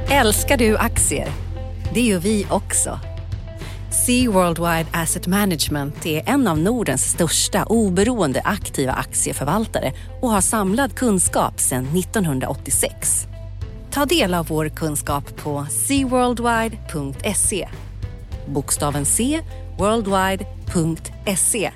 Älskar du aktier? Det gör vi också. Sea Worldwide Asset Management är en av Nordens största oberoende aktiva aktieförvaltare och har samlad kunskap sedan 1986. Ta del av vår kunskap på seaworldwide.se. Bokstaven C, worldwide.se.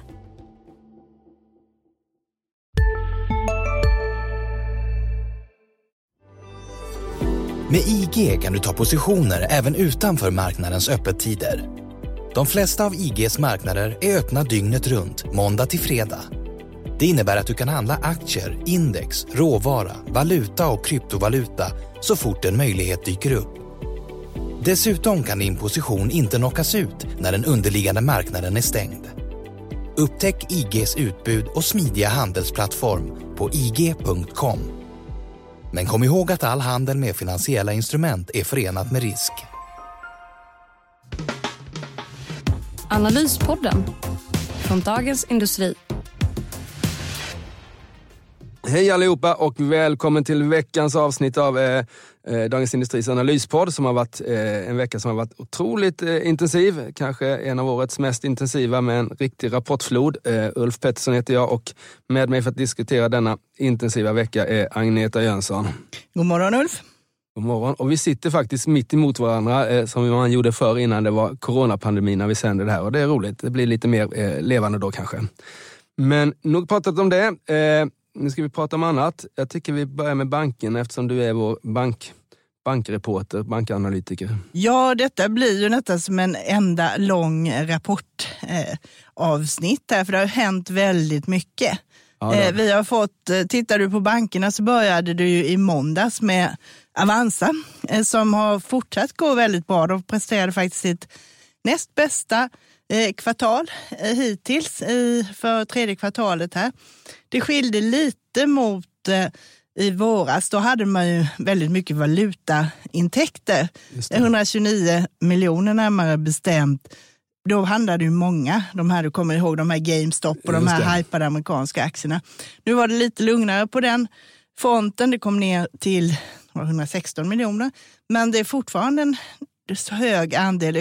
Med IG kan du ta positioner även utanför marknadens öppettider. De flesta av IGs marknader är öppna dygnet runt, måndag till fredag. Det innebär att du kan handla aktier, index, råvara, valuta och kryptovaluta så fort en möjlighet dyker upp. Dessutom kan din position inte knockas ut när den underliggande marknaden är stängd. Upptäck IGs utbud och smidiga handelsplattform på ig.com. Men kom ihåg att all handel med finansiella instrument är förenat med risk. Analyspodden från Dagens Industri. Hej allihopa och välkommen till veckans avsnitt av Dagens Industris analyspodd som har varit en vecka som har varit otroligt intensiv. Kanske en av årets mest intensiva med en riktig rapportflod. Ulf Pettersson heter jag och med mig för att diskutera denna intensiva vecka är Agneta Jönsson. God morgon Ulf. God morgon. Och vi sitter faktiskt mitt emot varandra som man gjorde förr innan det var coronapandemin när vi sände det här. Och det är roligt. Det blir lite mer levande då kanske. Men nog pratat om det. Nu ska vi prata om annat. Jag tycker vi börjar med banken eftersom du är vår bankreporter, bankanalytiker. Ja, detta blir ju nästan som en enda lång rapportavsnitt här, för det har hänt väldigt mycket. Ja, vi har fått, tittar du på bankerna så började du ju i måndags med Avanza som har fortsatt gå väldigt bra. De presterade faktiskt sitt näst bästa kvartal hittills för tredje kvartalet här. Det skilde lite mot i våras. Då hade man ju väldigt mycket valutaintäkter. 129 miljoner närmare bestämt. Då handlade ju många, de här du kommer ihåg, de här GameStop och de här hypade amerikanska aktierna. Nu var det lite lugnare på den fronten. Det kom ner till 116 miljoner. Men det är fortfarande en så hög andel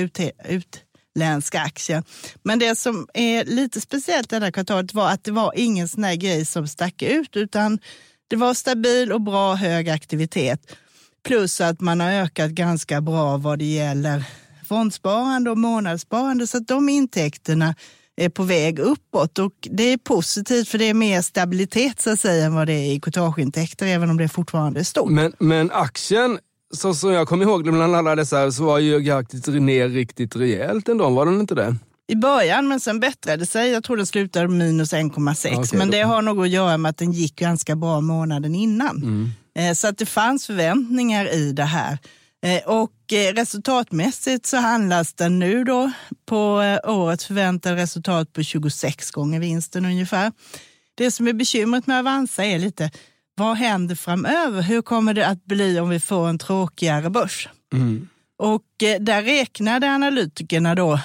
utländska aktier. Men det som är lite speciellt det här kvartalet var att det var ingen sån här grej som stack ut, utan det var stabil och bra hög aktivitet. Plus att man har ökat ganska bra vad det gäller fondsparande och månadssparande, så att de intäkterna är på väg uppåt, och det är positivt för det är mer stabilitet så att säga än vad det är i courtageintäkter, även om det fortfarande är stort. Men aktien, så som jag kommer ihåg det bland alla dessa, så var ju ner riktigt rejält ändå, var den inte det? I början, men sen bättrade sig. Jag tror den slutade minus 1,6. Okay, men det har nog att göra med att den gick ganska bra månaden innan. Så att det fanns förväntningar i det här. Och resultatmässigt så handlas den nu då på årets förväntade resultat på 26 gånger vinsten ungefär. Det som är bekymret med Avanza är lite, vad händer framöver? Hur kommer det att bli om vi får en tråkigare börs? Och där räknade analytikerna då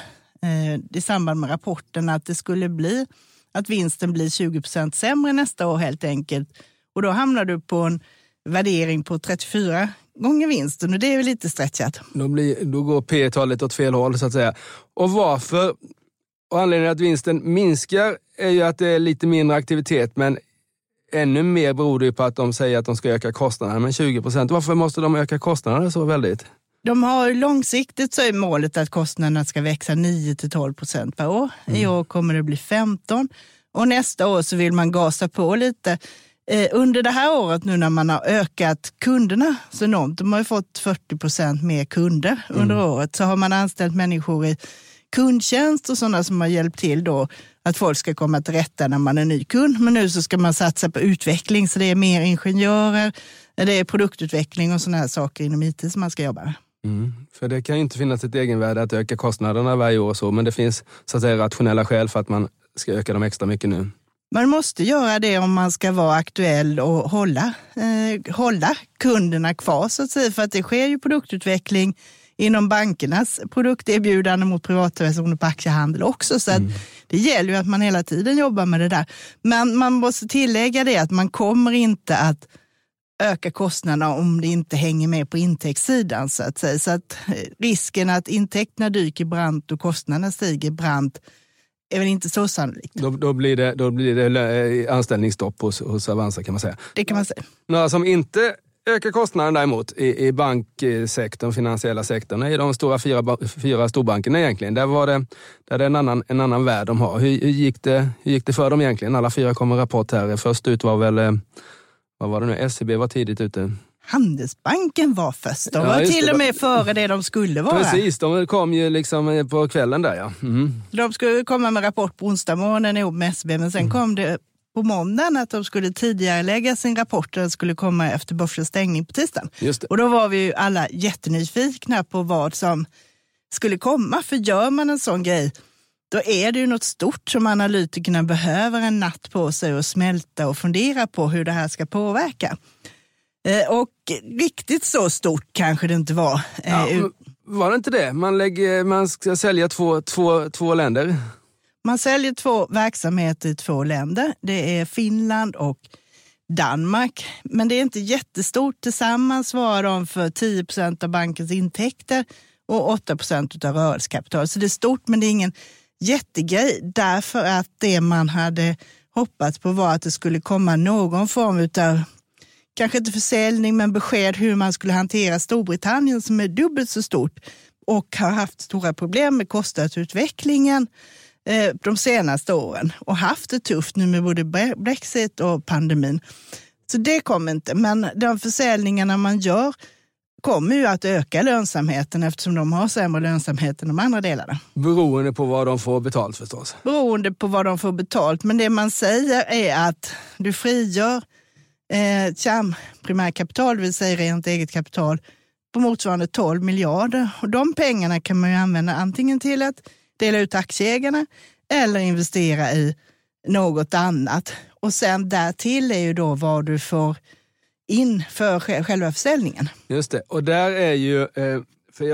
i samband med rapporten att det skulle bli att vinsten blir 20% sämre nästa år helt enkelt. Och då hamnar du på en värdering på 34 gånger vinsten, och det är väl lite stretchat. Då går P-talet åt fel håll så att säga. Och varför? Och anledningen att vinsten minskar är ju att det är lite mindre aktivitet, men ännu mer beror det ju på att de säger att de ska öka kostnaderna med 20%. Varför måste de öka kostnaderna så väldigt? De har långsiktigt så är målet att kostnaderna ska växa 9-12% per år. I år kommer det bli 15%. Och nästa år så vill man gasa på lite. Under det här året nu när man har ökat kunderna så enormt, de har ju fått 40% mer kunder under året, så har man anställt människor i kundtjänst och sådana som har hjälpt till då att folk ska komma till rätta när man är ny kund. Men nu så ska man satsa på utveckling, så det är mer ingenjörer, det är produktutveckling och sådana här saker inom IT som man ska jobba med. För det kan ju inte finnas ett egenvärde att öka kostnaderna varje år så, men det finns så att säga rationella skäl för att man ska öka dem extra mycket nu. Man måste göra det om man ska vara aktuell och hålla kunderna kvar så att säga, för att det sker ju produktutveckling inom bankernas produkterbjudande mot privatpersoner på aktiehandel också, så att det gäller ju att man hela tiden jobbar med det där. Men man måste tillägga det att man kommer inte att öka kostnaderna om det inte hänger med på intäktssidan så att säga. Så att risken att intäkterna dyker brant och kostnaderna stiger brant är väl inte så sannolikt. Då blir det anställningsstopp hos Avanza kan man säga. Det kan man säga. Några som inte ökar kostnaden däremot i banksektorn, finansiella sektorn, är de stora fyra storbankerna egentligen. Där är det en annan värld de har. Hur gick det för dem egentligen? Alla fyra kom en rapport här. Först ut var väl, vad var det nu? SEB var tidigt ute. Handelsbanken var först. De var till och med före det de skulle vara. Precis, de kom ju liksom på kvällen där, ja. Mm. De skulle komma med rapport på onsdag morgonen ihop med SEB, men sen kom det på måndagen att de skulle tidigare lägga sin rapport. Den skulle komma efter börsens stängning på tisdagen. Just det. Och då var vi ju alla jättenyfikna på vad som skulle komma. För gör man en sån grej, då är det ju något stort som analytikerna behöver en natt på sig och smälta och fundera på hur det här ska påverka. Och riktigt så stort kanske det inte var. Var det inte det? Man ska sälja två länder. Man säljer 2 verksamheter i 2 länder. Det är Finland och Danmark. Men det är inte jättestort. Tillsammans svarar de för 10% av bankens intäkter och 8% av rörelsekapital. Så det är stort, men det är ingen jättegrej. Därför att det man hade hoppats på var att det skulle komma någon form av, kanske inte försäljning, men besked hur man skulle hantera Storbritannien som är dubbelt så stort och har haft stora problem med kostnadsutvecklingen de senaste åren och haft det tufft nu med både Brexit och pandemin. Så det kommer inte, men de försäljningarna man gör kommer ju att öka lönsamheten eftersom de har sämre lönsamhet än de andra delarna. Beroende på vad de får betalt förstås. Beroende på vad de får betalt, men det man säger är att du frigör primärkapital, det vill säga rent eget kapital, på motsvarande 12 miljarder. Och de pengarna kan man ju använda antingen till att dela ut aktieägarna eller investera i något annat. Och sen därtill är ju då vad du får in för själva försäljningen. Just det, och där är ju, för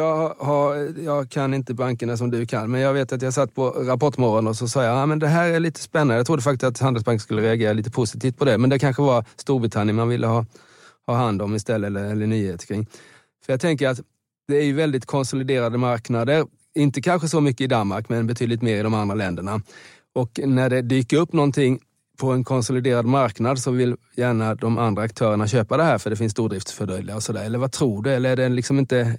jag kan inte bankerna som du kan, men jag vet att jag satt på Rapportmorgon och så sa jag, men det här är lite spännande. Jag trodde faktiskt att Handelsbanken skulle reagera lite positivt på det, men det kanske var Storbritannien man ville ha hand om istället eller nyheter kring. För jag tänker att det är ju väldigt konsoliderade marknader, inte kanske så mycket i Danmark, men betydligt mer i de andra länderna. Och när det dyker upp någonting på en konsoliderad marknad så vill gärna de andra aktörerna köpa det här för det finns stordriftsfördelar och sådär. Eller vad tror du? Eller är det liksom inte,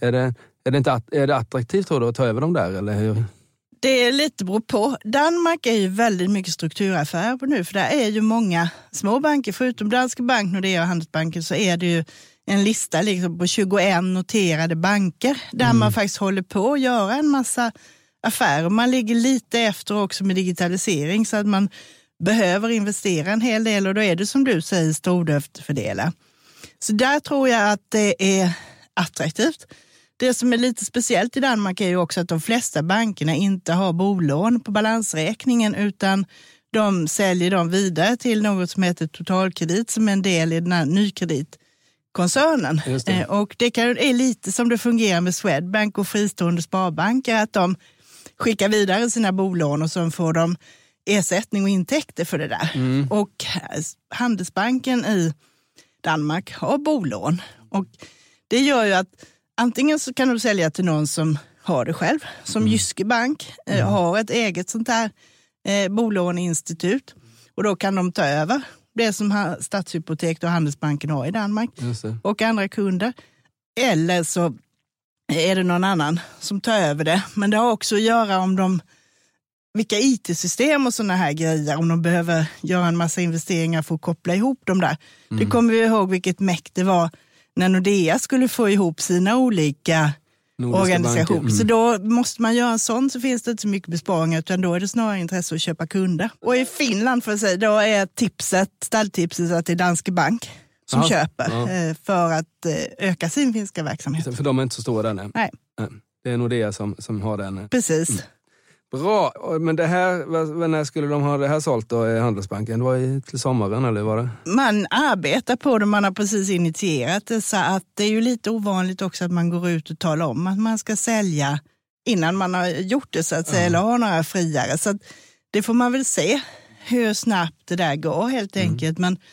är det attraktivt tror du att ta över dem där? Eller hur? Det är lite beror på. Danmark är ju väldigt mycket strukturaffärer på nu, för där är ju många små banker. Förutom Danske Bank, Nordea och Handelsbanken så är det ju en lista liksom på 21 noterade banker där man faktiskt håller på att göra en massa affärer. Man ligger lite efter också med digitalisering så att man behöver investera en hel del och då är det som du säger stordriftsfördelar. Så där tror jag att det är attraktivt. Det som är lite speciellt i Danmark är ju också att de flesta bankerna inte har bolån på balansräkningen utan de säljer dem vidare till något som heter Totalkredit som är en del i den här nykreditkoncernen. Och det är lite som det fungerar med Swedbank och fristående sparbanker att de skickar vidare sina bolån och så får de ersättning och intäkter för det där. Och Handelsbanken i Danmark har bolån och det gör ju att antingen så kan du sälja till någon som har det själv, som Jyske Bank har ett eget sånt här bolåneinstitut och då kan de ta över det som Stadshypotek och Handelsbanken har i Danmark och andra kunder. Eller så är det någon annan som tar över det. Men det har också att göra om vilka IT-system och såna här grejer, om de behöver göra en massa investeringar för att koppla ihop dem där. Det kommer vi ihåg vilket mäkt det var när Nordea skulle få ihop sina olika organisationer. Så då måste man göra en sån så finns det inte så mycket besparingar utan då är det snarare intresse att köpa kunder. Och i Finland för att säga, då är stalltipset att det är Danske Bank som köper för att öka sin finska verksamhet. För de är inte så stora där. Nej. Det är Nordea som har den. Precis. Bra, men det här, när skulle de ha det här sålt då i Handelsbanken? Det var till sommaren eller var det? Man arbetar på det, man har precis initierat det så att det är ju lite ovanligt också att man går ut och talar om att man ska sälja innan man har gjort det så att säga, eller har några friare. Så att det får man väl se hur snabbt det där går helt enkelt. Men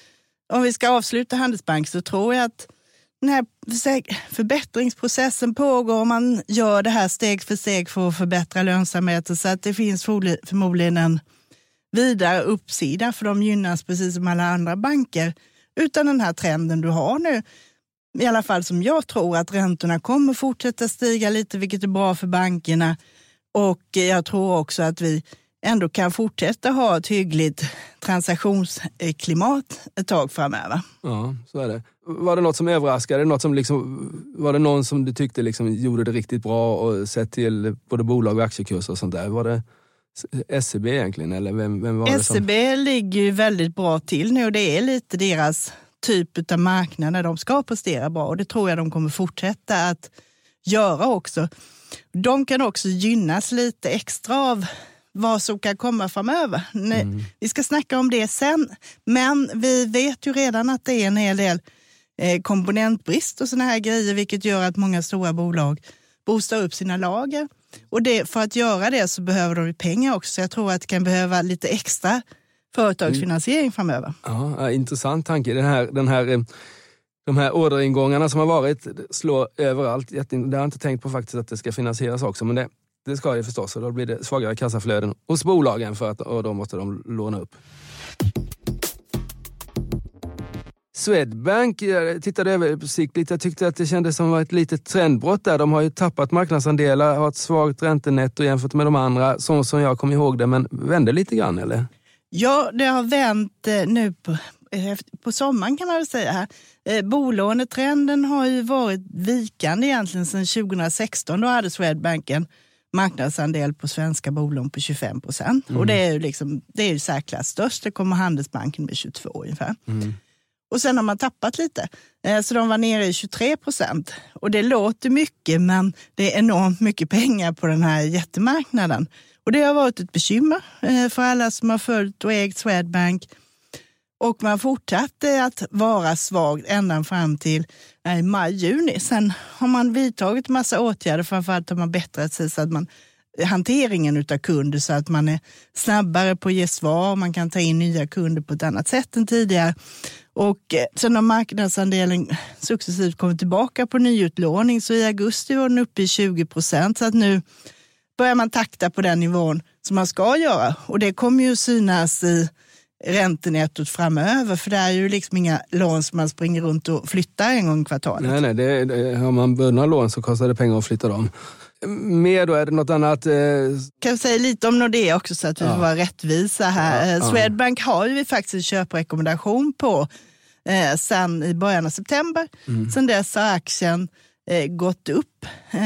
om vi ska avsluta Handelsbank så tror jag att den här förbättringsprocessen pågår och man gör det här steg för steg för att förbättra lönsamheten, så att det finns förmodligen en vidare uppsida för de gynnas precis som alla andra banker. Utan den här trenden du har nu, i alla fall som jag tror, att räntorna kommer fortsätta stiga lite, vilket är bra för bankerna. Och jag tror också att vi ändå kan fortsätta ha ett hyggligt transaktionsklimat ett tag framöver. Ja, så är det. Var det något som överraskade? Var det någon som du tyckte liksom gjorde det riktigt bra och sett till både bolag och aktiekurser och sånt där? Var det SEB egentligen? Eller vem var det som... SEB ligger ju väldigt bra till nu och det är lite deras typ av marknad när de ska prestera bra, och det tror jag de kommer fortsätta att göra också. De kan också gynnas lite extra av vad som kan komma framöver. Vi ska snacka om det sen, men vi vet ju redan att det är en hel del komponentbrist och såna här grejer, vilket gör att många stora bolag boostar upp sina lager. Och för att göra det så behöver de pengar också, så jag tror att det kan behöva lite extra företagsfinansiering framöver. Ja, intressant tanke. De här orderingångarna som har varit slår överallt. Det har jag inte tänkt på faktiskt, att det ska finansieras också, men det ska det förstås, och då blir det svagare kassaflöden hos bolagen och då måste de låna upp. Swedbank, jag tittade översiktligt, jag tyckte att det kändes som ett litet trendbrott där. De har ju tappat marknadsandelar, har ett svagt räntenetto jämfört med de andra, som jag kom ihåg det, men vände lite grann, eller? Ja, det har vänt nu på sommaren kan man väl säga här. Bolånetrenden har ju varit vikande egentligen sedan 2016. Då hade Swedbank en marknadsandel på svenska bolån på 25%. Och det är ju särklass störst. Det kommer Handelsbanken med 22 ungefär. Och sen har man tappat lite. Så de var nere i 23%. Och det låter mycket, men det är enormt mycket pengar på den här jättemarknaden. Och det har varit ett bekymmer för alla som har följt och ägt Swedbank. Och man fortsatte att vara svag ända fram till maj-juni. Sen har man vidtagit massa åtgärder, framförallt har man bättrat sig så att hanteringen utav kunder, så att man är snabbare på att ge svar, man kan ta in nya kunder på ett annat sätt än tidigare. Och sen har marknadsandelen successivt kommit tillbaka på nyutlåning, så i augusti var den uppe i 20%, så att nu börjar man takta på den nivån som man ska göra. Och det kommer ju synas i räntenettot framöver, för det är ju liksom inga lån som man springer runt och flyttar en gång i kvartalet. Nej, har man bundna lån så kostar det pengar att flytta dem. Mer då, är det något annat? Kan jag säga lite om Nordea också, så att vi får vara rättvisa här. Swedbank har ju faktiskt en köprekommendation på sen i början av september. Sen dess har aktien gått upp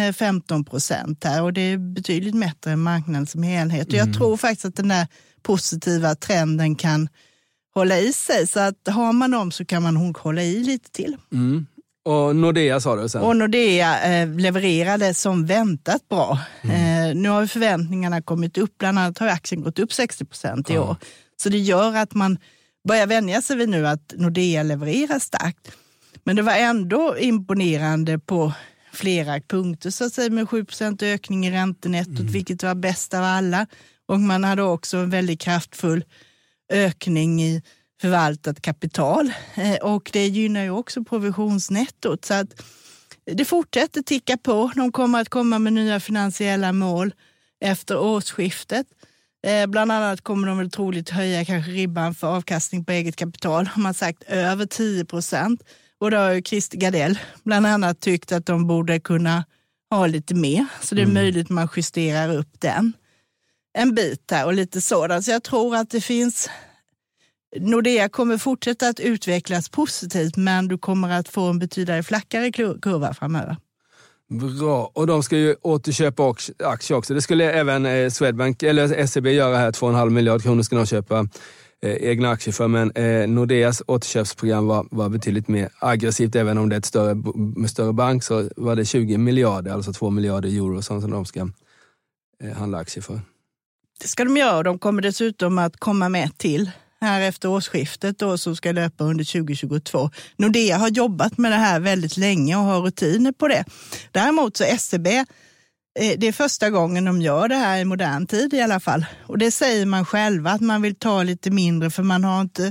15% här, och det är betydligt bättre än marknaden som helhet. Och jag tror faktiskt att den där positiva trenden kan hålla i sig, så att har man dem så kan man hålla i lite till. Och Nordea sa du sen? Och Nordea levererade som väntat bra. Nu har förväntningarna kommit upp, bland annat har aktien gått upp 60% i år. Så det gör att man börjar vänja sig vid nu att Nordea levererar starkt. Men det var ändå imponerande på flera punkter, så att säga, med 7% ökning i räntenettot, vilket var bäst av alla. Och man hade också en väldigt kraftfull ökning i förvaltat kapital. Och det gynnar ju också provisionsnettot. Så att det fortsätter ticka på. De kommer att komma med nya finansiella mål efter årsskiftet. Bland annat kommer de väl troligt höja kanske ribban för avkastning på eget kapital. Har man sagt över 10%. Och då har ju Christer Gardell bland annat tyckt att de borde kunna ha lite mer. Så det är möjligt att man justerar upp den en bit här och lite sådant. Så jag tror att det finns... Nordea kommer fortsätta att utvecklas positivt, men du kommer att få en betydligt flackare kurva framöver. Bra, och de ska ju återköpa aktier också. Det skulle även Swedbank eller SEB göra här. 2,5 miljard kronor ska de köpa egna aktier för, men Nordeas återköpsprogram var betydligt mer aggressivt. Även om det är med större bank, så var det 20 miljarder, alltså 2 miljarder euro som de ska handla aktier för. Det ska de göra, och de kommer dessutom att komma med till här efter årsskiftet då, som ska löpa under 2022. Nordea har jobbat med det här väldigt länge och har rutiner på det. Däremot så SEB, det är första gången de gör det här i modern tid i alla fall. Och det säger man själva att man vill ta lite mindre, för man har inte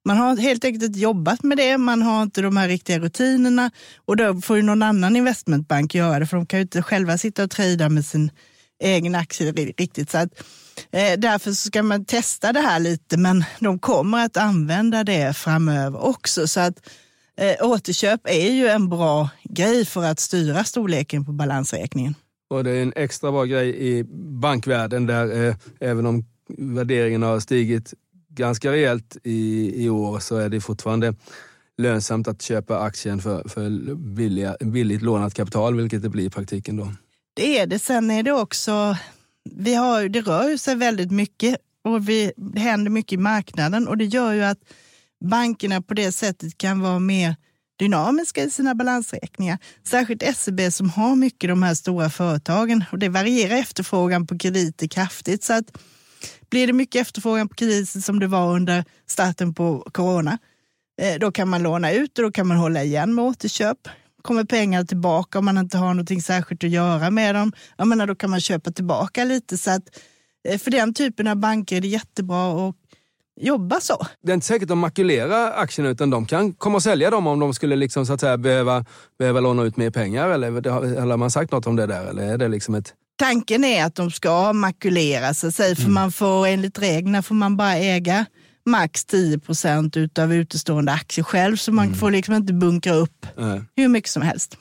Man har helt enkelt inte jobbat med det, man har inte de här riktiga rutinerna och då får ju någon annan investmentbank göra det, för de kan ju inte själva sitta och trada med sin egen aktie riktigt. Så att, därför så ska man testa det här lite, men de kommer att använda det framöver också. Så att återköp är ju en bra grej för att styra storleken på balansräkningen. Och det är en extra bra grej i bankvärlden där även om värderingen har stigit ganska rejält i år, så är det fortfarande lönsamt att köpa aktien för billigt lånat kapital, vilket det blir i praktiken då. Det är det. Sen är det också, det rör ju sig väldigt mycket och det händer mycket i marknaden, och det gör ju att bankerna på det sättet kan vara mer dynamiska i sina balansräkningar. Särskilt SEB som har mycket de här stora företagen, och det varierar efterfrågan på krediter kraftigt. Så att blir det mycket efterfrågan på krediter som det var under starten på corona, då kan man låna ut och då kan man hålla igen med återköp. Kommer pengar tillbaka om man inte har någonting särskilt att göra med dem, då kan man köpa tillbaka lite. Så att för den typen av banker är det jättebra att jobba så. Det är inte säkert att de makulerar aktierna, utan de kan komma och sälja dem om de skulle liksom, så att säga, behöva låna ut mer pengar, eller har man sagt något om det där, eller är det liksom ett... Tanken är att de ska makulera sig, för man får, enligt reglerna får man bara äga max 10% utav utestående aktier själv, så man får liksom inte bunkra upp hur mycket som helst.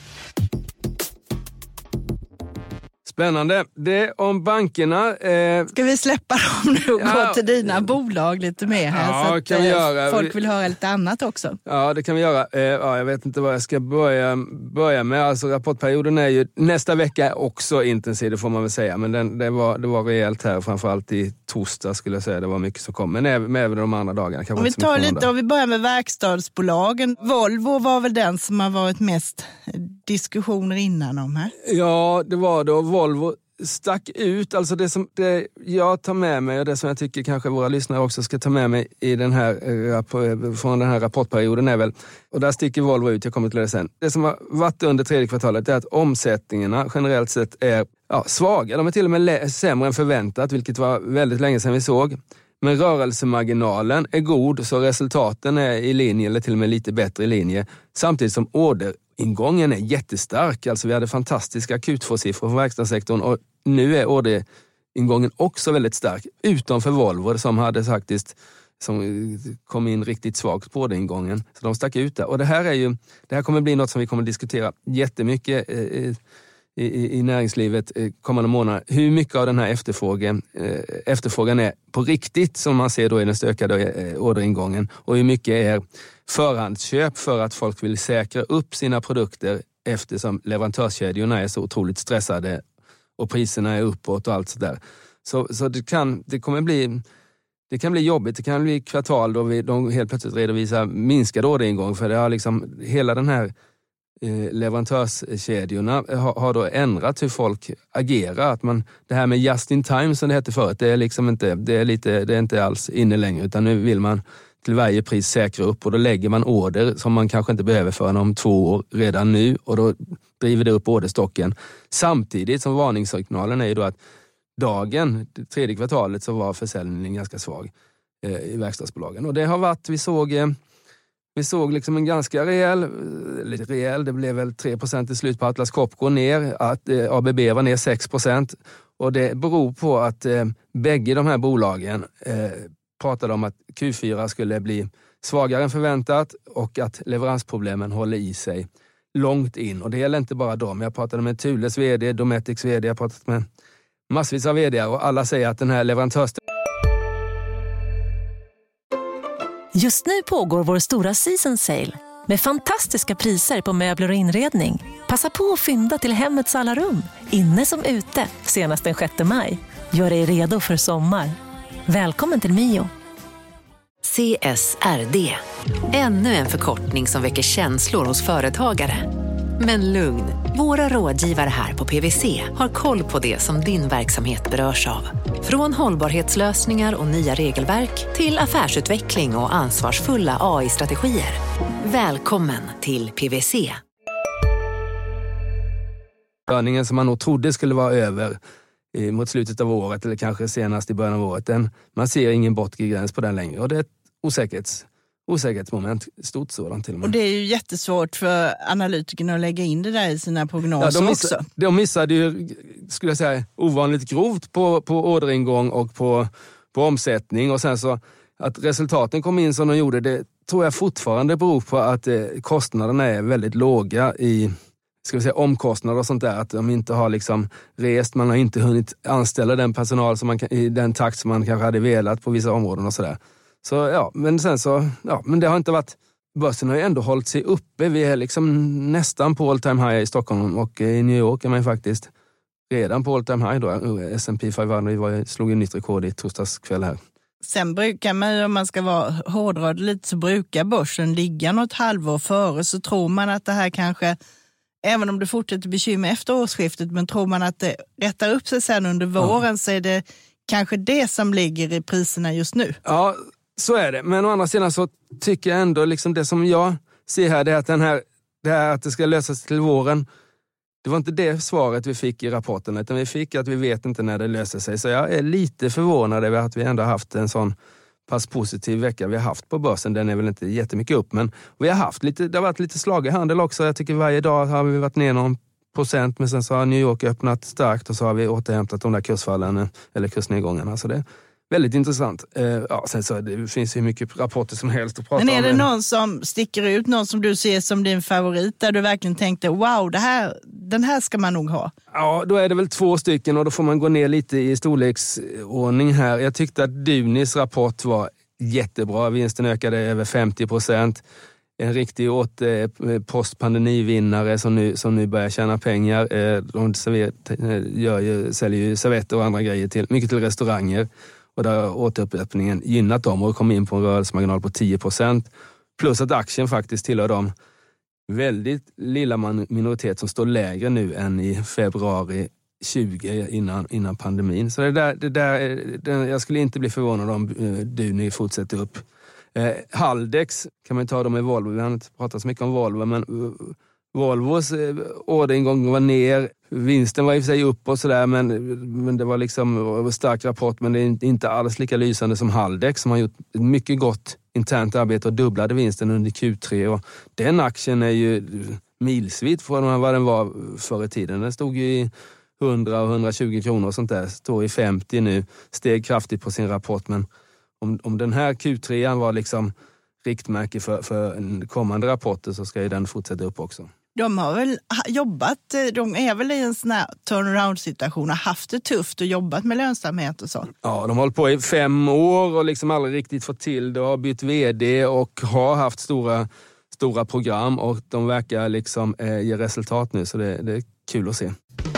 Spännande. Det om bankerna. Ska vi släppa dem nu och gå till dina bolag lite mer här? Ja, så att kan vi göra. Folk vill höra lite annat också. Ja, det kan vi göra. Jag vet inte vad jag ska börja med. Alltså, rapportperioden är ju nästa vecka också intensiv, det får man väl säga. Men det var rejält här, framförallt i torsdag skulle jag säga. Det var mycket som kom. Men även de andra dagarna. Om vi tar lite, och vi börjar med verkstadsbolagen. Volvo var väl den som har varit mest diskussioner innan om här? Ja, det var då. Volvo stack ut, alltså det jag tar med mig och det som jag tycker kanske våra lyssnare också ska ta med mig i den här från den här rapportperioden är väl, och där sticker Volvo ut, jag kommer till det sen. Det som har varit under tredje kvartalet är att omsättningarna generellt sett är svaga. De är till och med sämre än förväntat, vilket var väldigt länge sedan vi såg. Men rörelsemarginalen är god, så resultaten är i linje eller till och med lite bättre i linje. Samtidigt som orderingången är jättestark. Alltså vi hade fantastiska Q2-siffror från verkstadssektorn och nu är orderingången också väldigt stark. Utom för Volvo som hade faktiskt som kom in riktigt svagt på orderingången. Så de stack ut där. Och det här kommer bli något som vi kommer att diskutera jättemycket i näringslivet kommande månader. Hur mycket av den här efterfrågan är på riktigt som man ser då i den ökade orderingången, och hur mycket är förhandsköp för att folk vill säkra upp sina produkter eftersom leverantörskedjorna är så otroligt stressade och priserna är uppåt och allt sådär. Så det kan bli jobbigt. Det kan bli kvartal då de helt plötsligt redovisar minskad orderingång, för det har liksom hela den här leverantörskedjorna har då ändrat hur folk agerar. Att det här med just in time som det hette förut, det är liksom inte, det är inte alls inne längre, utan nu vill man till varje pris säkra upp, och då lägger man order som man kanske inte behöver förrän om 2 år redan nu, och då driver det upp orderstocken. Samtidigt som varningssignalen är ju då att det tredje kvartalet så var försäljningen ganska svag i verkstadsbolagen, och det har varit, vi såg liksom en ganska rejäl, det blev väl 3% i slut på Atlas Copco ner, att ABB var ner 6%, och det beror på att bägge de här bolagen pratade om att Q4 skulle bli svagare än förväntat och att leveransproblemen håller i sig långt in. Och det gäller inte bara dem. Jag pratade med Thules vd, Dometics vd, jag har pratat med massvis av vd, och alla säger att den här Just nu pågår vår stora season sale med fantastiska priser på möbler och inredning. Passa på att fynda till hemmets alla rum, inne som ute, senast den 6 maj. Gör dig redo för sommar. Välkommen till Mio. CSRD. Ännu en förkortning som väcker känslor hos företagare. Men lugn, våra rådgivare här på PwC har koll på det som din verksamhet berörs av. Från hållbarhetslösningar och nya regelverk till affärsutveckling och ansvarsfulla AI-strategier. Välkommen till PwC. Störningen som man nog trodde skulle vara över mot slutet av året eller kanske senast i början av året, man ser ingen bortre gräns på den längre, och det är ett osäkerhetsmoment, stort sådant till och med. Och det är ju jättesvårt för analytikerna att lägga in det där i sina prognoser också. De missade ju, skulle jag säga, ovanligt grovt på orderingång och på omsättning, och sen så att resultaten kom in som de gjorde, det tror jag fortfarande beror på att kostnaderna är väldigt låga i, ska vi säga, omkostnader och sånt där, att de inte har liksom rest, man har inte hunnit anställa den personal som man i den takt som man kanske hade velat på vissa områden och sådär. Så ja, men sen så, ja, men det har inte varit, börsen har ju ändå hållit sig uppe, vi är liksom nästan på all time high i Stockholm, och i New York är man ju faktiskt redan på all time high då. S&P 500 slog ju nytt rekord i torsdagskväll här. Sen brukar man ju, om man ska vara hårdrad lite, så brukar börsen ligga något halvår före, så tror man att det här kanske, även om det fortsätter bekymmer efter årsskiftet, men tror man att det rättar upp sig sen under våren, så är det kanske det som ligger i priserna just nu. Ja, så är det. Men å andra sidan så tycker jag ändå liksom det som jag ser här, det är att det här att det ska lösas till våren, det var inte det svaret vi fick i rapporten, utan vi fick att vi vet inte när det löser sig. Så jag är lite förvånad över att vi ändå haft en sån pass positiv vecka vi har haft på börsen. Den är väl inte jättemycket upp, men vi har haft lite, det har varit lite slag i handel också. Jag tycker varje dag har vi varit ner någon procent, men sen så har New York öppnat starkt och så har vi återhämtat de där kursfallen eller kursnedgångarna. Så det är väldigt intressant. Ja, sen så det finns ju mycket rapporter som helst att prata om. Men är det någon som sticker ut, någon som du ser som din favorit, där du verkligen tänkte, wow, den här ska man nog ha? Ja, då är det väl 2 stycken, och då får man gå ner lite i storleksordning här. Jag tyckte att Dunis rapport var jättebra. Vinsten ökade över 50%. En riktig postpandemivinnare som nu börjar tjäna pengar. De säljer ju servetter och andra grejer mycket till restauranger. Och där har återöppningen gynnat dem och kom in på en rörelsemarginal på 10%. Plus att aktien faktiskt tillhör dem väldigt lilla minoritet som står lägre nu än i februari 20 innan pandemin. Så jag skulle inte bli förvånad om Duni fortsätter upp. Haldex kan man ta dem med Volvo. Vi har inte pratat så mycket om Volvo, men Volvos orderingång var ner. Vinsten var i och för sig upp och sådär, men det var liksom en stark rapport, men det är inte alls lika lysande som Haldex som har gjort ett mycket gott internt arbete och dubblade vinsten under Q3, och den aktien är ju milsvitt från vad den var förr i tiden. Den stod ju i 100 och 120 kronor och sånt där, står i 50 nu, steg kraftigt på sin rapport, men om den här Q3 var liksom riktmärke för en kommande rapporter, så ska ju den fortsätta upp också. De har väl jobbat, de är väl i en sån här turnaround-situation, har haft det tufft och jobbat med lönsamhet och så. Ja, de har hållit på i 5 år och liksom aldrig riktigt fått till det, har bytt vd och har haft stora program, och de verkar liksom ge resultat nu, så det är kul att se.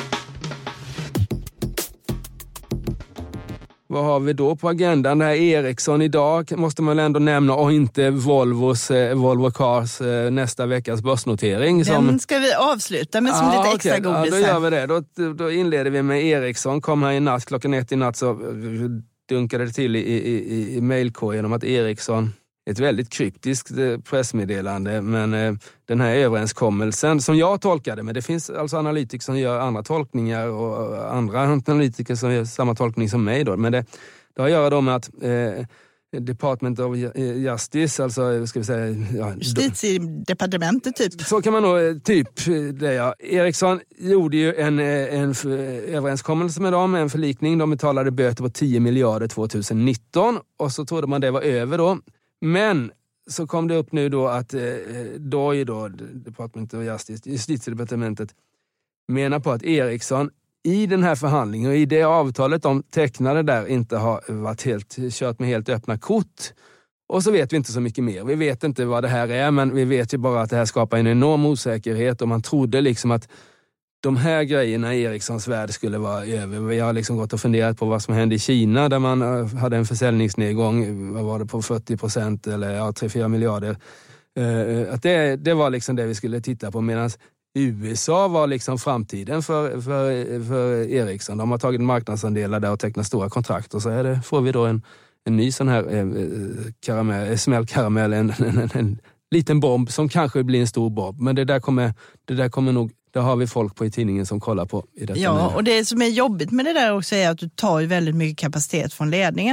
Vad har vi då på agendan? Det här Ericsson idag måste man ändå nämna, och inte Volvo Cars nästa veckas börsnotering. Den ska vi avsluta med som lite extra godis. Ja, då gör vi det. Då inleder vi med Ericsson. Kom här i natt, klockan 1 i natt, så dunkade det till i mailkorgen om att Ericsson, ett väldigt kryptiskt pressmeddelande, men den här överenskommelsen som jag tolkade, men det finns alltså analytiker som gör andra tolkningar och andra analytiker som gör samma tolkning som mig då, men det har att göra med att Department of Justice, alltså ska vi säga... Ja, Justitiedepartementet typ. Så kan man nog det, ja. Ericsson gjorde ju en överenskommelse med dem, en förlikning. De betalade böter på 10 miljarder 2019, och så trodde man det var över då. Men så kom det upp nu då att Department of Justice, Justitiedepartementet, menar på att Ericsson i den här förhandlingen och i det avtalet de tecknade där inte har varit kört med helt öppna kort. Och så vet vi inte så mycket mer. Vi vet inte vad det här är, men vi vet ju bara att det här skapar en enorm osäkerhet, och man trodde liksom att de här grejerna i Ericssons värld skulle vara över. Vi har liksom gått och funderat på vad som hände i Kina, där man hade en försäljningsnedgång, vad var det, på 40% eller 3-4 miljarder. Att det var liksom det vi skulle titta på, medan USA var liksom framtiden för Ericsson. De har tagit marknadsandelar där och tecknat stora kontrakt, och så får vi då en ny sån här smällkaramell, en liten bomb som kanske blir en stor bomb. Men det där kommer nog, det har vi folk på i tidningen som kollar på i detta. Ja, och det som är jobbigt med det där också är att du tar ju väldigt mycket kapacitet från ledningen.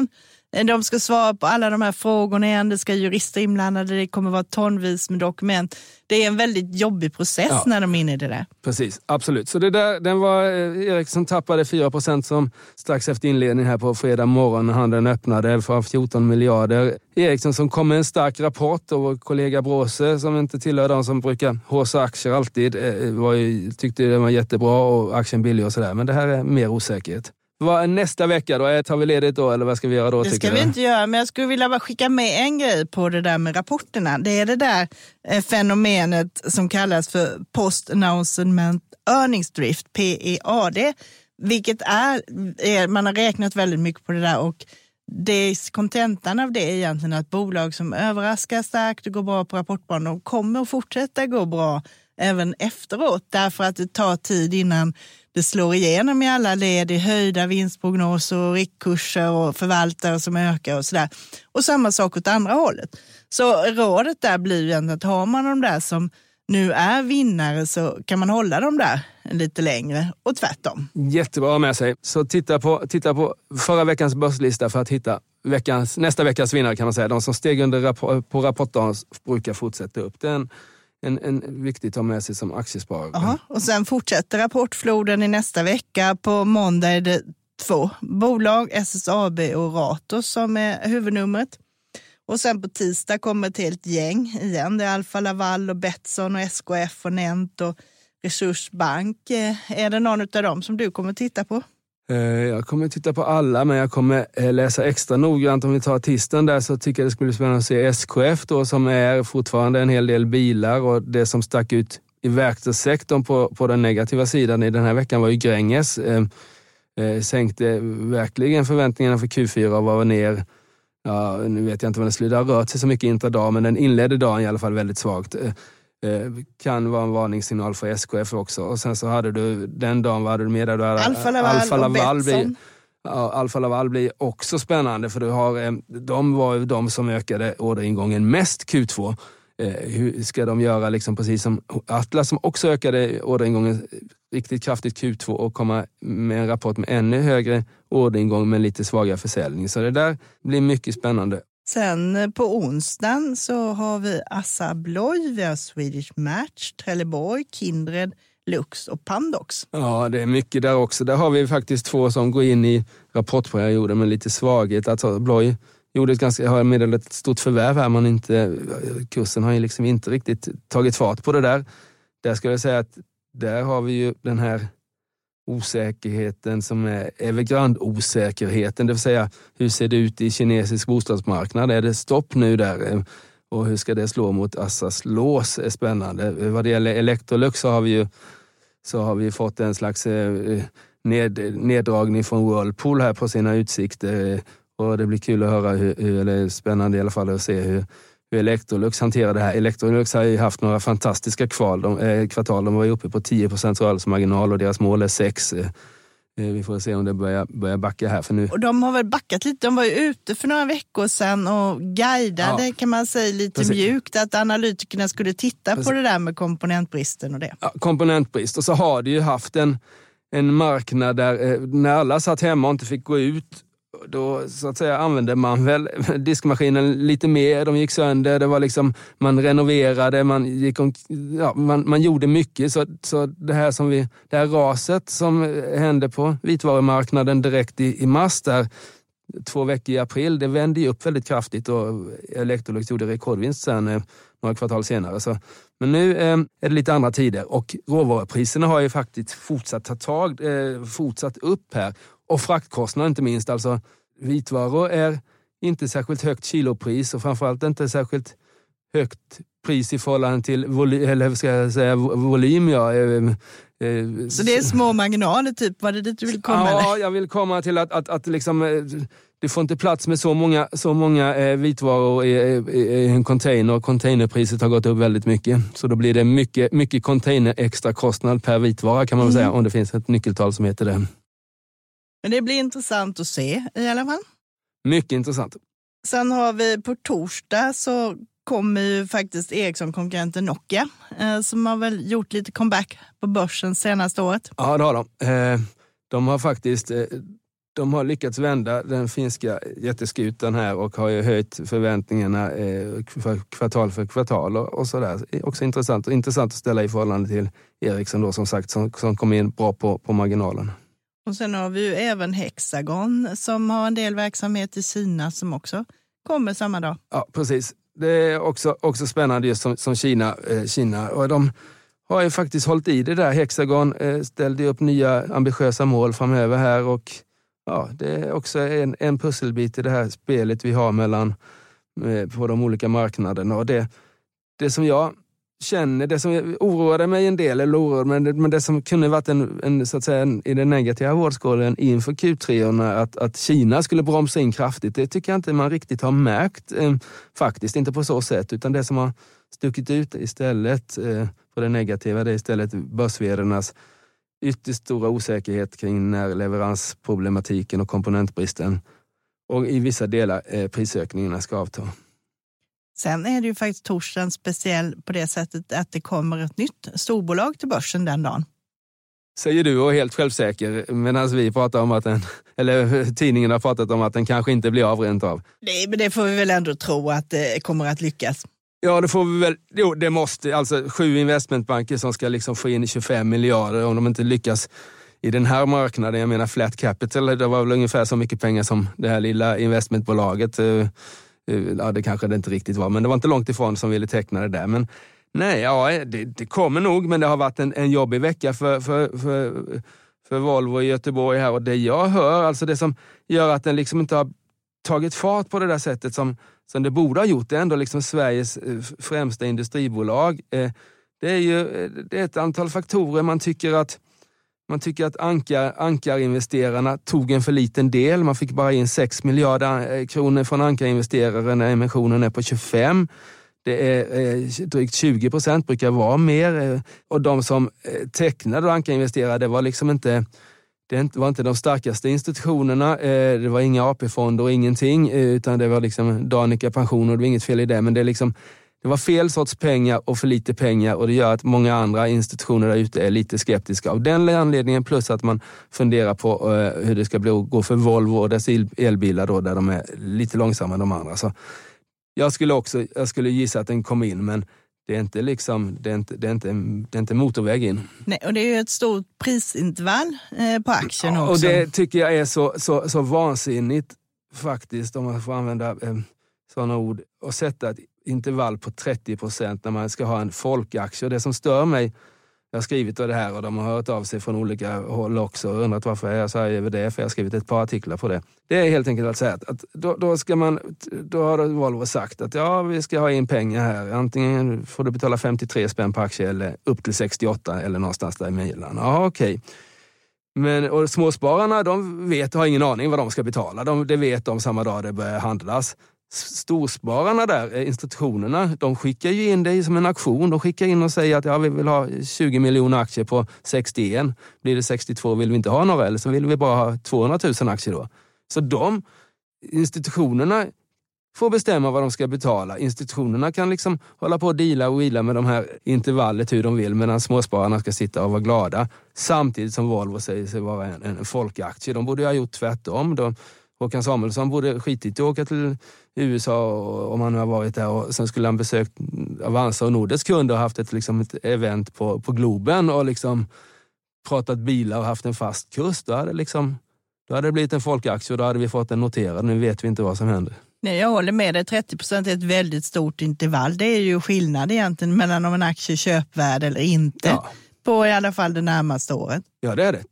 De ska svara på alla de här frågorna igen, det ska jurister inblandade, det kommer vara tonvis med dokument. Det är en väldigt jobbig process när de är inne i det där. Precis, absolut. Så det där, den var Ericsson tappade 4% som strax efter inledningen här på fredag morgon när handeln öppnade för 14 miljarder. Ericsson som kom med en stark rapport och vår kollega Bråse som inte tillhör de som brukar håsa aktier alltid tyckte det var jättebra och aktien billig och sådär. Men det här är mer osäkerhet. Vad är nästa vecka då? Tar vi ledigt då eller vad ska vi göra då? Det ska vi inte göra, men jag skulle vilja bara skicka med en grej på det där med rapporterna. Det är det där fenomenet som kallas för Post-Announcement Earnings Drift, PEAD, vilket är man har räknat väldigt mycket på det där och kontentan av det är egentligen att bolag som överraskar starkt och går bra på rapportbanan kommer att fortsätta gå bra även efteråt, därför att det tar tid innan det slår igenom i alla led, i höjda vinstprognoser och riktkurser och förvaltare som ökar och sådär. Och samma sak åt andra hållet. Så rådet där blir ju att har man de där som nu är vinnare så kan man hålla dem där lite längre och tvärtom. Jättebra med sig. Så titta på förra veckans börslista för att hitta nästa veckas vinnare kan man säga. De som steg på rapportdagen brukar fortsätta upp. Det är en viktig att ta med sig som aktiesparare. Aha. Och sen fortsätter rapportfloden i nästa vecka. På måndag är det 2 bolag, SSAB och Ratos som är huvudnumret. Och sen på tisdag kommer ett helt gäng igen. Det är Alfa Laval och Betsson och SKF och Nent och Resursbank. Är det någon av dem som du kommer titta på? Jag kommer titta på alla, men jag kommer läsa extra noggrant. Om vi tar tisdagen där så tycker jag det skulle bli spännande att se SKF då, som är fortfarande en hel del bilar, och det som stack ut i verkstadssektorn på den negativa sidan i den här veckan var ju Gränges. Sänkte verkligen förväntningarna för Q4 och var ner. Ja, nu vet jag inte vad det skulle ha rört sig så mycket intradag, men den inledde dagen i alla fall väldigt svagt. Kan vara en varningssignal för SKF också. Och sen så hade du den dagen, vad hade du med där? Alfa Laval blir också spännande, för du har, de var ju de som ökade orderingången mest Q2. Hur ska de göra liksom precis som Atlas som också ökade orderingången riktigt kraftigt Q2 och komma med en rapport med ännu högre orderingång men lite svagare försäljning. Så det där blir mycket spännande. Sen på onsdagen så har vi Assa Abloy, vi har Swedish Match, Trelleborg, Kindred, Lux och Pandox. Ja, det är mycket där också. Där har vi faktiskt 2 som går in i rapportperioden med lite svaghet. Alltså Abloy har meddelat ett stort förvärv här, kursen har ju liksom inte riktigt tagit fart på det där. Där ska jag säga att där har vi ju den här osäkerheten som är Evergrande-osäkerheten, det vill säga hur ser det ut i kinesisk bostadsmarknad? Är det stopp nu där? Och hur ska det slå mot Assas lås är spännande. Vad det gäller Electrolux så har vi fått en slags neddragning från Whirlpool här på sina utsikter, och det blir kul att höra eller spännande i alla fall att se hur Electrolux hanterar det här. Electrolux har ju haft några fantastiska kvartal. De var ju uppe på 10% rörelsemarginal och deras mål är 6%. Vi får se om det börjar backa här för nu. Och de har väl backat lite. De var ju ute för några veckor sedan och guidade kan man säga lite mjukt att analytikerna skulle titta på det där med komponentbristen och det. Ja, komponentbrist. Och så har det ju haft en marknad där när alla satt hemma och inte fick gå ut, då så att säga använde man väl diskmaskinen lite mer, de gick sönder, det var liksom, man renoverade, man gjorde mycket, så det här raset som hände på vitvarumarknaden direkt i mars där 2 veckor i april, det vände ju upp väldigt kraftigt och Electrolux gjorde rekordvinst sen några kvartal senare. Så. Men nu är det lite andra tider och råvarupriserna har ju faktiskt fortsatt upp här. Och fraktkostnader inte minst. Alltså vitvaror är inte särskilt högt kilopris och framförallt inte särskilt högt pris i förhållande till volym. Ja. Så det är små marginaler typ, var det dit du vill komma? Ja, jag vill komma till att liksom, det får inte plats med så många vitvaror i en container, och containerpriset har gått upp väldigt mycket. Så då blir det mycket container extra kostnad per vitvara kan man väl säga, om det finns ett nyckeltal som heter det. Men det blir intressant att se i alla fall. Mycket intressant. Sen har vi på torsdag så kommer ju faktiskt Ericsson-konkurrenten Nokia som har väl gjort lite comeback på börsen senaste året. Ja, det har de. De har faktiskt de har lyckats vända den finska jätteskutan här och har ju höjt förväntningarna för kvartal och sådär. Också intressant att ställa i förhållande till Ericsson då, som sagt, som kom in bra på marginalen. Och sen har vi ju även Hexagon som har en del verksamhet i Kina som också kommer samma dag. Ja, precis. Det är också spännande just som Kina. Och de har ju faktiskt hållit i det där. Hexagon ställde upp nya ambitiösa mål framöver här, och ja, det är också en pusselbit i det här spelet vi har på de olika marknaderna. Och det som jag känner, det som oroade mig en del, men det som kunde varit så att säga, i den negativa vårdskålen inför Q3, att Kina skulle bromsa in kraftigt, det tycker jag inte man riktigt har märkt faktiskt, inte på så sätt, utan det som har stuckit ut istället på det negativa, det är istället börsvärdernas ytterst stora osäkerhet kring närleveransproblematiken och komponentbristen, och i vissa delar prisökningarna ska avta. Sen är det ju faktiskt torsdagen speciell på det sättet att det kommer ett nytt storbolag till börsen den dagen. Säger du och helt självsäker, medan vi pratar om att tidningen har pratat om att den kanske inte blir av rent av. Nej, men det får vi väl ändå tro att det kommer att lyckas. Ja, det får vi väl. Jo, det måste. Alltså 7 investmentbanker som ska liksom få in 25 miljarder om de inte lyckas i den här marknaden. Jag menar Flat Capital, det var väl ungefär så mycket pengar som det här lilla investmentbolaget. Ja, det kanske det inte riktigt var, men det var inte långt ifrån som ville teckna det där. Men nej, ja, det kommer nog, men det har varit en jobbig vecka för Volvo i Göteborg här, och det jag hör, alltså det som gör att den liksom inte har tagit fart på det där sättet som det borde ha gjort, det är ändå liksom Sveriges främsta industribolag. Det är ett antal faktorer. Man tycker att ankarinvesterarna tog en för liten del. Man fick bara in 6 miljarder kronor från ankarinvesterare när emissionen är på 25. Det är drygt 20%, brukar vara mer. Och de som tecknade ankarinvesterare, det var liksom inte... Det var inte de starkaste institutionerna, det var inga AP-fonder och ingenting, utan det var liksom Danica pensioner, och det var inget fel i det, men det var fel sorts pengar och för lite pengar, och det gör att många andra institutioner där ute är lite skeptiska av den anledningen, plus att man funderar på hur det ska gå för Volvo och dess elbilar då, där de är lite långsammare än de andra. Så jag skulle gissa att den kommer in, men det är inte motorväg in. Nej, och det är ju ett stort prisintervall på aktien också. Och det tycker jag är så vansinnigt faktiskt, om man får använda sådana ord, och sätta ett intervall på 30% när man ska ha en folkaktie. Och det som stör mig, jag har skrivit det här och de har hört av sig från olika håll också och undrat varför jag säger över det, för jag har skrivit ett par artiklar på det. Det är helt enkelt att säga att då har Volvo sagt att ja, vi ska ha in pengar här. Antingen får du betala 53 spänn per aktie eller upp till 68 eller någonstans där i milen. Ja, okej. Men och småspararna, de har ingen aning vad de ska betala. Det vet de samma dag det börjar handlas. Storspararna där, institutionerna, de skickar ju in det som en auktion. De skickar in och säger att ja, vi vill ha 20 miljoner aktier på 61. Blir det 62 vill vi inte ha några, eller så vill vi bara ha 200 000 aktier då. Så institutionerna får bestämma vad de ska betala. Institutionerna kan liksom hålla på och deala och wheela med de här intervallet hur de vill, medan småspararna ska sitta och vara glada. Samtidigt som Volvo säger sig vara en folkaktie. De borde ju ha gjort tvärtom. Håkan Samuelsson borde skitit att åka till USA om han nu har varit där, och sen skulle han besökt Avanza och Nordes kunder och haft ett event på Globen och liksom pratat bilar och haft en fast kurs. Då hade det blivit en folkaktie och då hade vi fått en noterad. Nu vet vi inte vad som händer. Nej, jag håller med dig. 30% är ett väldigt stort intervall. Det är ju skillnad egentligen mellan om en aktie är köpvärd eller inte. Ja. På i alla fall det närmaste året. Ja, det är det.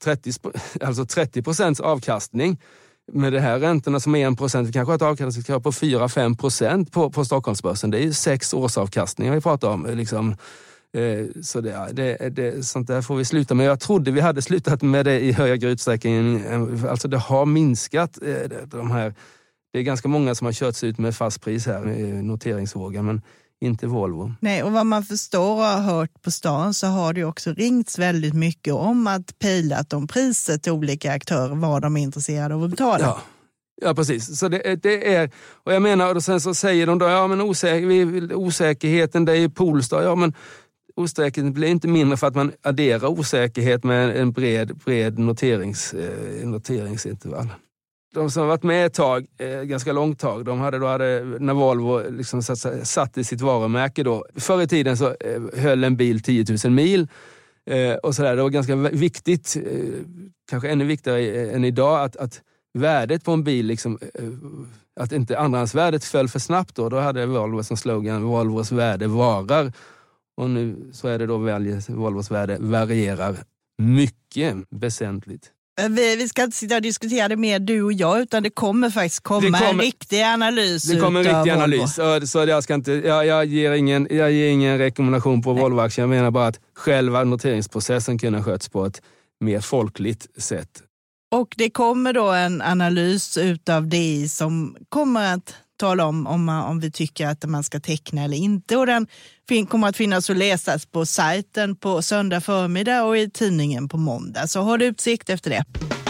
30% avkastning. Med det här räntorna som är 1%, vi kanske har ett avkastningskrav på 4-5% på Stockholmsbörsen. Det är ju 6 årsavkastningar vi pratar om. Liksom. Så sånt där får vi sluta med. Jag trodde vi hade slutat med det i högre utsträckning. Alltså det har minskat de här. Det är ganska många som har körts ut med fast pris här, noteringsvågen, men inte Volvo. Nej, och vad man förstår och har hört på stan så har det också ringts väldigt mycket om att pejla de priser till olika aktörer, vad de är intresserade av att betala. Ja, precis. Så det är, och jag menar, och sen så säger de då, ja men osäkerheten det är ju Polestar, ja men osäkerheten blir inte mindre för att man adderar osäkerhet med en bred noteringsintervall. De som har varit med ett tag, ganska långt tag, de hade när Volvo liksom satt i sitt varumärke då. Förr i tiden så höll en bil 10 000 mil och sådär. Det var ganska viktigt, kanske ännu viktigare än idag, att värdet på en bil, liksom, att inte andrahandsvärdet föll för snabbt då. Då hade Volvo som slogan, Volvos värde varar. Och nu så är det då Volvos värde varierar mycket väsentligt. Vi ska inte sitta och diskutera det mer du och jag, utan det kommer faktiskt komma en riktig analys. Det kommer en riktig analys. Så jag ger ingen rekommendation på Volvo-aktien. Jag menar bara att själva noteringsprocessen kunde sköts på ett mer folkligt sätt. Och det kommer då en analys utav DI som kommer att tala om vi tycker att man ska teckna eller inte. Och den kommer att finnas och läsas på sajten på söndag förmiddag och i tidningen på måndag. Så har du utsikt efter det.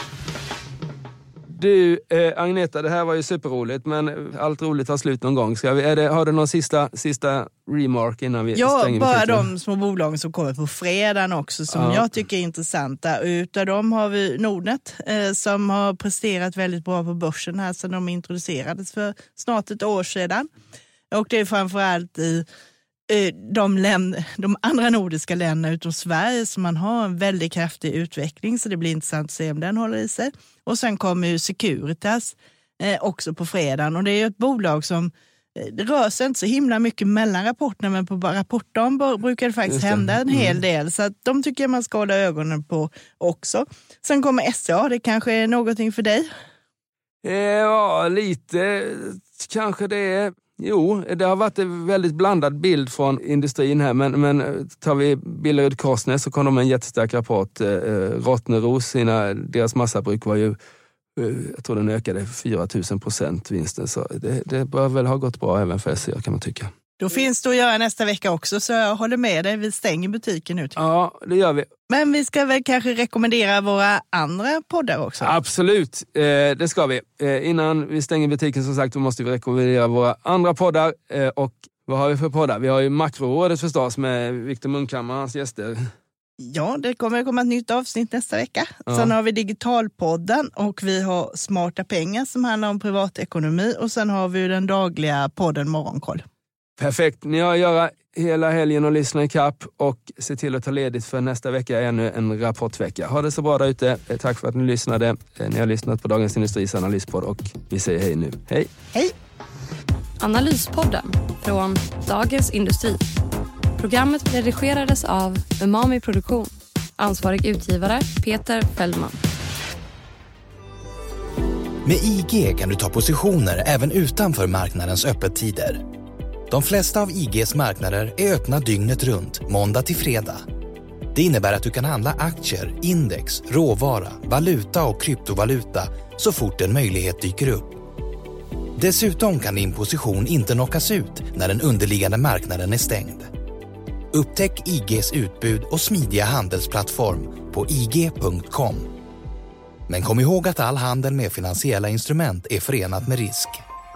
Du, Agneta, det här var ju superroligt, men allt roligt har slut någon gång. Har du någon sista remark innan vi stänger butiken? Ja, bara de små bolagen som kommer på fredagen också som jag tycker är intressanta. Utav dem har vi Nordnet som har presterat väldigt bra på börsen här sedan de introducerades för snart ett år sedan. Och det är framförallt i de andra nordiska länderna utom Sverige som man har en väldigt kraftig utveckling, så det blir intressant att se om den håller i sig. Och sen kommer ju Securitas också på fredagen, och det är ju ett bolag som det rör sig inte så himla mycket mellan rapporterna, men på rapportdagen brukar det faktiskt hända en hel del, så att de tycker jag man ska hålla ögonen på också. Sen kommer SA, det kanske är någonting för dig? Ja, lite kanske det är. Jo, det har varit en väldigt blandad bild från industrin här, men tar vi Billerud-Korsnäs så kom de med en jättestark rapport. Rottneros, deras massabruk var ju, jag tror den ökade 4000% vinsten, så det bör väl ha gått bra även för SCA kan man tycka. Då finns det att göra nästa vecka också, så jag håller med dig. Vi stänger butiken nu. Ja, det gör vi. Men vi ska väl kanske rekommendera våra andra poddar också? Absolut, det ska vi. Innan vi stänger butiken som sagt, då måste vi rekommendera våra andra poddar. Och vad har vi för poddar? Vi har ju Makrorådet förstås med Viktor Munkhammar och hans gäster. Ja, det kommer komma ett nytt avsnitt nästa vecka. Ja. Sen har vi Digitalpodden och vi har Smarta pengar som handlar om privatekonomi. Och sen har vi den dagliga podden Morgonkoll. Perfekt, ni har att göra hela helgen och lyssna i kapp och se till att ta ledigt för nästa vecka är ännu en rapportvecka. Ha det så bra där ute. Tack för att ni lyssnade. Ni har lyssnat på Dagens Industris analyspodd och vi säger hej nu. Hej! Hej! Analyspodden från Dagens Industri. Programmet redigerades av Umami Produktion. Ansvarig utgivare Peter Fällman. Med IG kan du ta positioner även utanför marknadens öppettider. De flesta av IGs marknader är öppna dygnet runt, måndag till fredag. Det innebär att du kan handla aktier, index, råvara, valuta och kryptovaluta så fort en möjlighet dyker upp. Dessutom kan din position inte knockas ut när den underliggande marknaden är stängd. Upptäck IGs utbud och smidiga handelsplattform på ig.com. Men kom ihåg att all handel med finansiella instrument är förenat med risk.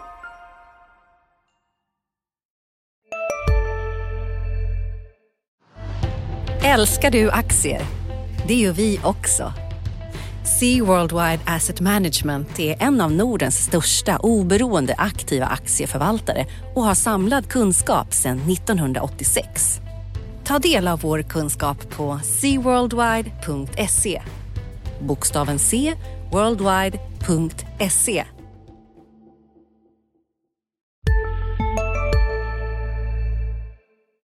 Älskar du aktier? Det gör vi också. Sea Worldwide Asset Management är en av Nordens största oberoende aktiva aktieförvaltare och har samlad kunskap sedan 1986. Ta del av vår kunskap på seaworldwide.se. Bokstaven C, worldwide.se.